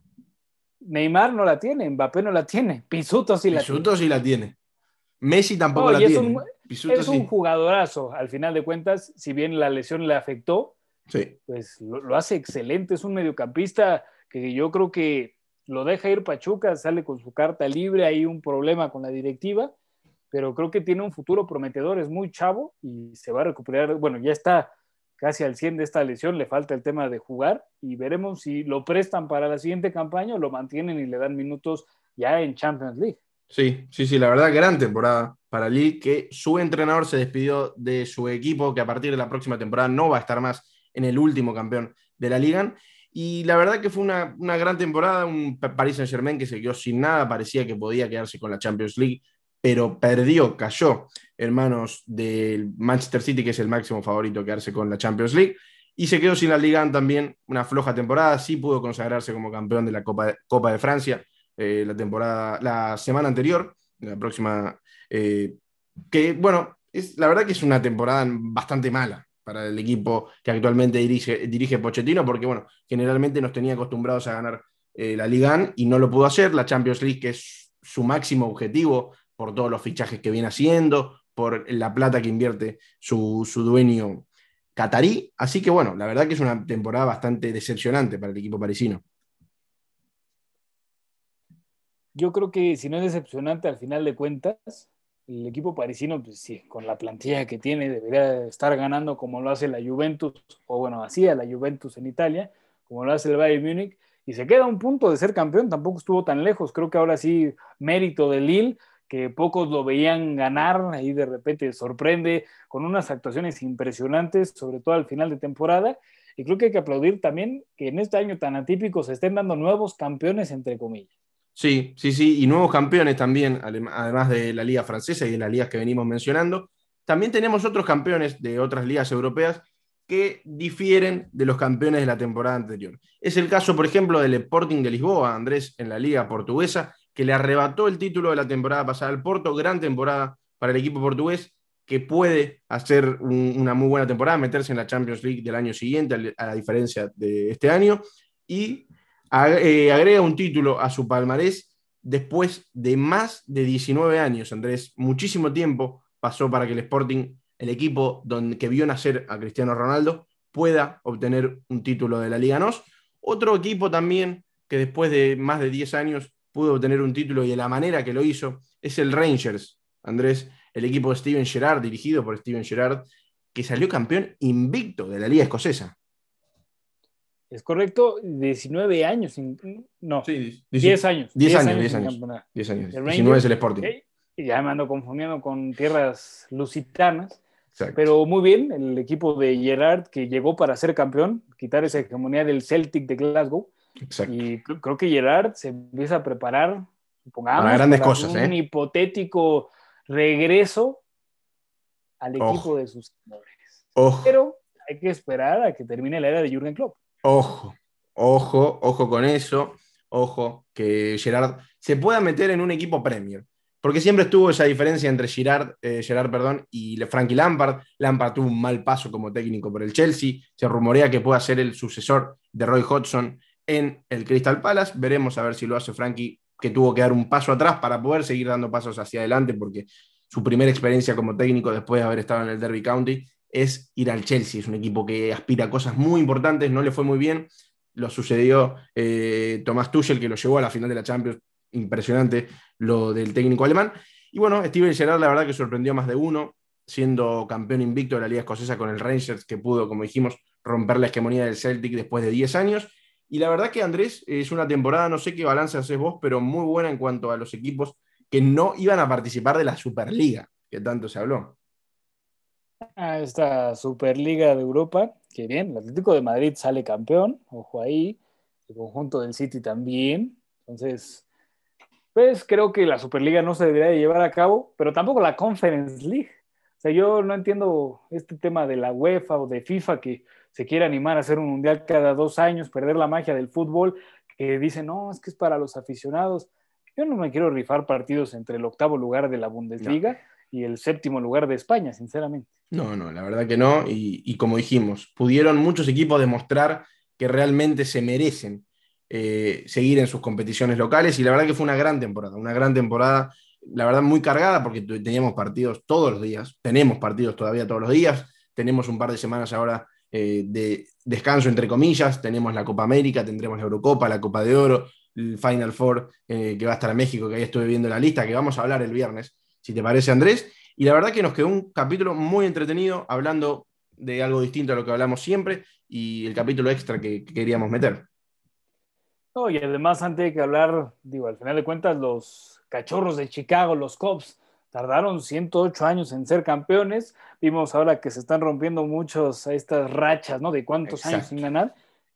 Neymar no la tiene, Mbappé no la tiene, Pisuto sí la tiene. Pisuto sí la tiene. Messi tampoco la tiene. Es un jugadorazo, al final de cuentas, si bien la lesión le afectó, sí. Pues lo hace excelente, es un mediocampista que yo creo que lo deja ir Pachuca, sale con su carta libre, hay un problema con la directiva, pero creo que tiene un futuro prometedor, es muy chavo y se va a recuperar, bueno, ya está casi al 100 de esta lesión, le falta el tema de jugar y veremos si lo prestan para la siguiente campaña o lo mantienen y le dan minutos ya en Champions League. Sí, la verdad, gran temporada para Lille, que su entrenador se despidió de su equipo, que a partir de la próxima temporada no va a estar más en el último campeón de la Liga. Y la verdad que fue una gran temporada, un Paris Saint-Germain que se quedó sin nada, parecía que podía quedarse con la Champions League, pero perdió, cayó en manos del Manchester City, que es el máximo favorito a quedarse con la Champions League, y se quedó sin la Liga también, una floja temporada. Sí pudo consagrarse como campeón de la Copa de Francia la semana anterior, la próxima, que bueno, la verdad que es una temporada bastante mala para el equipo que actualmente dirige Pochettino, porque bueno, generalmente nos tenía acostumbrados a ganar la Liga y no lo pudo hacer. La Champions League, que es su máximo objetivo por todos los fichajes que viene haciendo, por la plata que invierte su dueño catarí. Así que bueno, la verdad que es una temporada bastante decepcionante para el equipo parisino. Yo creo que si no es decepcionante, al final de cuentas, el equipo parisino, pues sí, con la plantilla que tiene, debería estar ganando como lo hace la Juventus, o bueno, hacía la Juventus en Italia, como lo hace el Bayern Múnich, y se queda a un punto de ser campeón, tampoco estuvo tan lejos. Creo que ahora sí, mérito de Lille, que pocos lo veían ganar, ahí de repente sorprende con unas actuaciones impresionantes, sobre todo al final de temporada, y creo que hay que aplaudir también que en este año tan atípico se estén dando nuevos campeones, entre comillas. Sí, sí, sí, y nuevos campeones también, además de la liga francesa y de las ligas que venimos mencionando. También tenemos otros campeones de otras ligas europeas que difieren de los campeones de la temporada anterior. Es el caso, por ejemplo, del Sporting de Lisboa, Andrés, en la liga portuguesa, que le arrebató el título de la temporada pasada al Porto. Gran temporada para el equipo portugués, que puede hacer una muy buena temporada, meterse en la Champions League del año siguiente, a la diferencia de este año. Y agrega un título a su palmarés después de más de 19 años, Andrés. Muchísimo tiempo pasó para que el Sporting, el equipo que vio nacer a Cristiano Ronaldo, pueda obtener un título de la Liga NOS. Otro equipo también que después de más de 10 años pudo obtener un título y de la manera que lo hizo es el Rangers, Andrés, el equipo de Steven Gerrard, dirigido por Steven Gerrard, que salió campeón invicto de la Liga Escocesa. Es correcto, 19 años, no, Sí, 10 años, 10 10 años, años 10 sin años. campeonato. 10 años. El 19 es Rangers, el Sporting. y ya me ando confundiendo con tierras lusitanas, Exacto. pero muy bien, el equipo de Gerrard que llegó para ser campeón, quitar esa hegemonía del Celtic de Glasgow, Exacto. y creo que Gerrard se empieza a preparar, Para supongamos, grandes para cosas, un ¿eh? hipotético regreso al Ojo, equipo de sus amores. ojo, Pero hay que esperar a que termine la era de Jürgen Klopp. ojo, ojo, ojo con eso. Ojo, que Gerard se pueda meter en un equipo Premier. Porque siempre estuvo esa diferencia entre Gerard, perdón, y Frankie Lampard. Lampard tuvo un mal paso como técnico por el Chelsea. Se rumorea que pueda ser el sucesor de Roy Hodgson en el Crystal Palace. Veremos a ver si lo hace Frankie, que tuvo que dar un paso atrás para poder seguir dando pasos hacia adelante, porque su primera experiencia como técnico después de haber estado en el Derby County es ir al Chelsea. Es un equipo que aspira a cosas muy importantes, no le fue muy bien. Lo sucedió Thomas Tuchel, que lo llevó a la final de la Champions. Impresionante lo del técnico alemán. Y bueno, Steven Gerrard la verdad que sorprendió más de uno, siendo campeón invicto de la Liga Escocesa con el Rangers, que pudo, como dijimos, romper la hegemonía del Celtic después de 10 años. Y la verdad que, Andrés, es una temporada, no sé qué balance haces vos, pero muy buena en cuanto a los equipos que no iban a participar de la Superliga, que tanto se habló. A esta Superliga de Europa, que bien, el Atlético de Madrid sale campeón, ojo ahí, el conjunto del City también, entonces, pues creo que la Superliga no se debería de llevar a cabo, pero tampoco la Conference League. O sea, yo no entiendo este tema de la UEFA o de FIFA que se quiere animar a hacer un mundial cada 2 años, perder la magia del fútbol, que dicen, no, es que es para los aficionados. Yo no me quiero rifar partidos entre el octavo lugar de la No. Bundesliga y el séptimo lugar de España, sinceramente. No, no, la verdad que no. Y como dijimos, pudieron muchos equipos demostrar que realmente se merecen seguir en sus competiciones locales. Y la verdad que fue una gran temporada, la verdad muy cargada porque teníamos partidos todos los días, tenemos partidos todavía todos los días, tenemos un par de semanas ahora de descanso, entre comillas, tenemos la Copa América, tendremos la Eurocopa, la Copa de Oro, el Final Four que va a estar en México, que ahí estuve viendo la lista, que vamos a hablar el viernes, si te parece, Andrés. Y la verdad que nos quedó un capítulo muy entretenido, hablando de algo distinto a lo que hablamos siempre, y el capítulo extra que queríamos meter. No, y además, antes de que hablar, digo, al final de cuentas, los cachorros de Chicago, los Cubs, tardaron 108 años en ser campeones. Vimos ahora que se están rompiendo muchos estas rachas, ¿no? De cuántos años sin Exacto. ganar.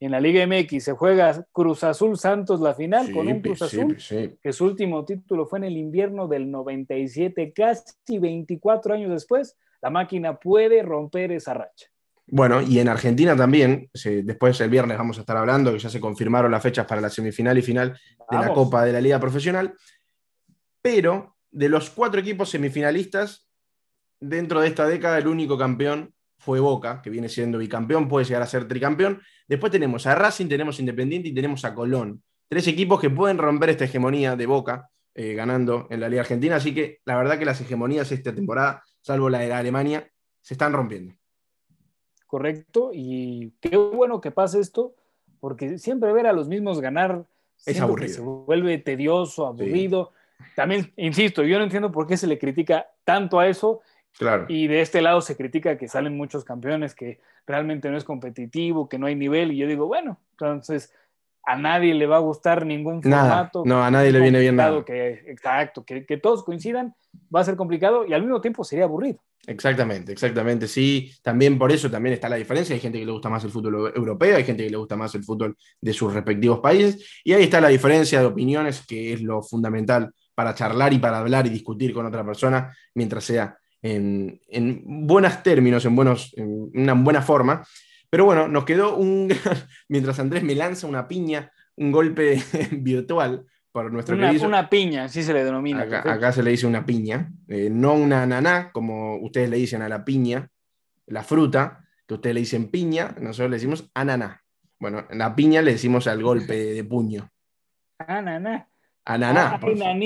y en la Liga MX se juega Cruz Azul Santos la final, con un Cruz Azul que su último título fue en el invierno del 97, casi 24 años después, la máquina puede romper esa racha. Bueno, y en Argentina también, después el viernes vamos a estar hablando, que ya se confirmaron las fechas para la semifinal y final de la Copa de la Liga Profesional, pero de los 4 equipos semifinalistas, dentro de esta década el único campeón fue Boca, que viene siendo bicampeón, puede llegar a ser tricampeón. Después tenemos a Racing, tenemos a Independiente y tenemos a Colón. 3 equipos que pueden romper esta hegemonía de Boca, ganando en la Liga Argentina, así que la verdad que las hegemonías esta temporada, salvo la de la Alemania, se están rompiendo. Correcto, y qué bueno que pase esto, porque siempre ver a los mismos ganar es aburrido. Que se vuelve tedioso, aburrido. Sí. También, insisto, yo no entiendo por qué se le critica tanto a eso. Claro. Y de este lado se critica que salen muchos campeones, que realmente no es competitivo, que no hay nivel. Y yo digo, bueno, entonces a nadie le va a gustar ningún formato. No, a nadie le viene bien nada. Exacto, que todos coincidan va a ser complicado y al mismo tiempo sería aburrido. Exactamente, sí. También por eso también está la diferencia. Hay gente que le gusta más el fútbol europeo, hay gente que le gusta más el fútbol de sus respectivos países. Y ahí está la diferencia de opiniones, que es lo fundamental para charlar y para hablar y discutir con otra persona, mientras sea en buenos términos, en una buena forma. Pero bueno, nos quedó mientras Andrés me lanza una piña, un golpe virtual por nuestro querido. Una piña, así se le denomina. Acá se le dice una piña, no una ananá, como ustedes le dicen a la piña, la fruta, que ustedes le dicen piña, nosotros le decimos ananá. Bueno, en la piña le decimos al golpe de puño. Ananá. Ananá.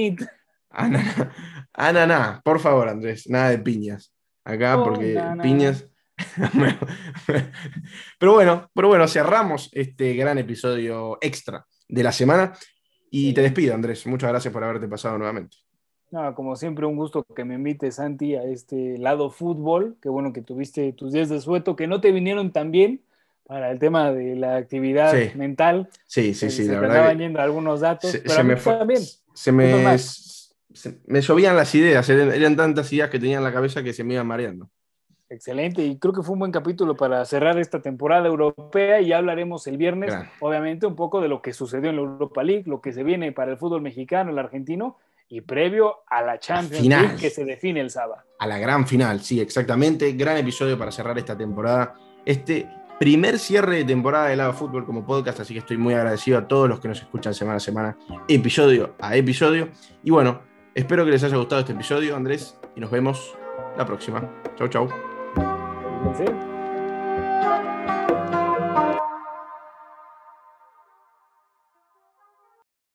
Ananá, por favor, Andrés, nada de piñas. Acá, porque piñas. Pero bueno, cerramos este gran episodio extra de la semana. Y te despido, Andrés. Muchas gracias por haberte pasado nuevamente. No, como siempre, un gusto que me invites, Santi, a este lado fútbol. Qué bueno que tuviste tus días de sueto, que no te vinieron tan bien para el tema de la actividad mental. Sí, la verdad. Estaban yendo algunos datos, pero a mí también. Me llovían las ideas, eran tantas ideas que tenía en la cabeza que se me iban mareando. Excelente, y creo que fue un buen capítulo para cerrar esta temporada europea, y ya hablaremos el viernes, obviamente, un poco de lo que sucedió en la Europa League, lo que se viene para el fútbol mexicano, el argentino, y previo a la Champions League que se define el sábado. A la gran final, sí, exactamente. Gran episodio para cerrar esta temporada. Este primer cierre de temporada de Lado Fútbol como podcast, así que estoy muy agradecido a todos los que nos escuchan semana a semana, episodio a episodio. Y bueno, espero que les haya gustado este episodio, Andrés, y nos vemos la próxima. Chau, chau. ¿Sí?